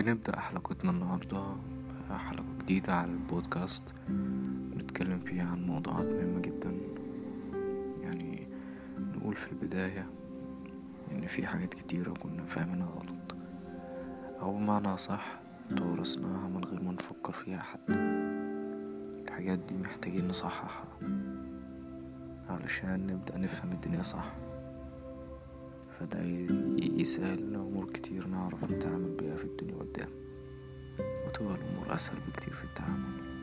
بنبدأ حلقتنا النهاردة، حلقة جديدة على البودكاست نتكلم فيها عن موضوعات مهمة جدا. يعني نقول في البداية إن في حاجات كتيرة كنا فاهمينها غلط، أو بمعنى صح تورثناها من غير ما نفكر فيها حتى. الحاجات دي محتاجين نصححها علشان نبدأ نفهم الدنيا صح، فده يسهل أمور كتير نعرف نتعامل بيها في الدنيا قدام، وتبقى الأمور أسهل بكتير في التعامل.